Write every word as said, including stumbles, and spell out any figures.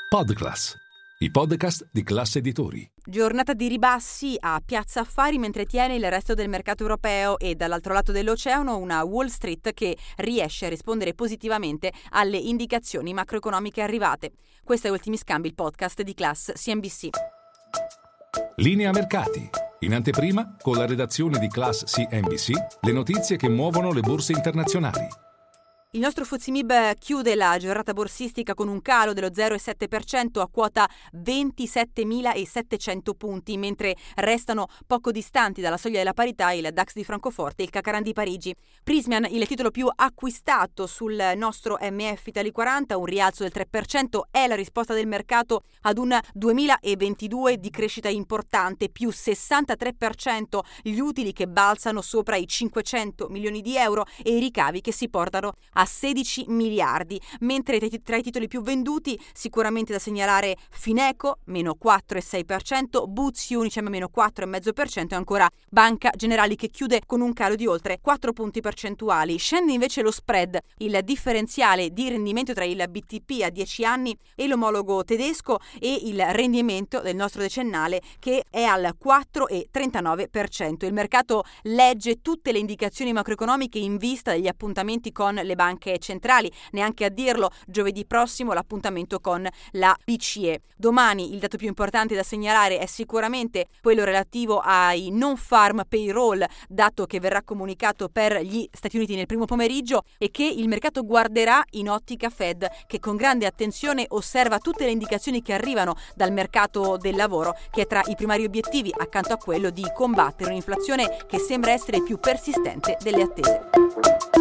Podclass, i podcast di Class Editori. Giornata di ribassi a Piazza Affari mentre tiene il resto del mercato europeo e dall'altro lato dell'oceano una Wall Street che riesce a rispondere positivamente alle indicazioni macroeconomiche arrivate. Questo è Ultimi Scambi, il podcast di Class C N B C. Linea mercati. In anteprima, con la redazione di Class C N B C, le notizie che muovono le borse internazionali. Il nostro F T S E M I B chiude la giornata borsistica con un calo dello zero virgola sette per cento a quota ventisettemilasettecento punti, mentre restano poco distanti dalla soglia della parità il DAX di Francoforte e il CAC di Parigi. Prysmian, il titolo più acquistato sul nostro M F Italy quaranta, un rialzo del tre per cento, è la risposta del mercato ad un duemilaventidue di crescita importante, più sessantatré per cento gli utili che balzano sopra i cinquecento milioni di euro e i ricavi che si portano a sedici miliardi, mentre tra i titoli più venduti sicuramente da segnalare Fineco, meno quattro virgola sei per cento, Boots Unicem, meno quattro virgola cinque per cento e ancora Banca Generali che chiude con un calo di oltre quattro punti percentuali. Scende invece lo spread, il differenziale di rendimento tra il B T P a dieci anni e l'omologo tedesco e il rendimento del nostro decennale che è al quattro virgola trentanove per cento. Il mercato legge tutte le indicazioni macroeconomiche in vista degli appuntamenti con le banche centrali, neanche a dirlo, giovedì prossimo l'appuntamento con la B C E. Domani il dato più importante da segnalare è sicuramente quello relativo ai non-farm payroll, dato che verrà comunicato per gli Stati Uniti nel primo pomeriggio e che il mercato guarderà in ottica Fed, che con grande attenzione osserva tutte le indicazioni che arrivano dal mercato del lavoro, che è tra i primari obiettivi accanto a quello di combattere un'inflazione che sembra essere più persistente delle attese.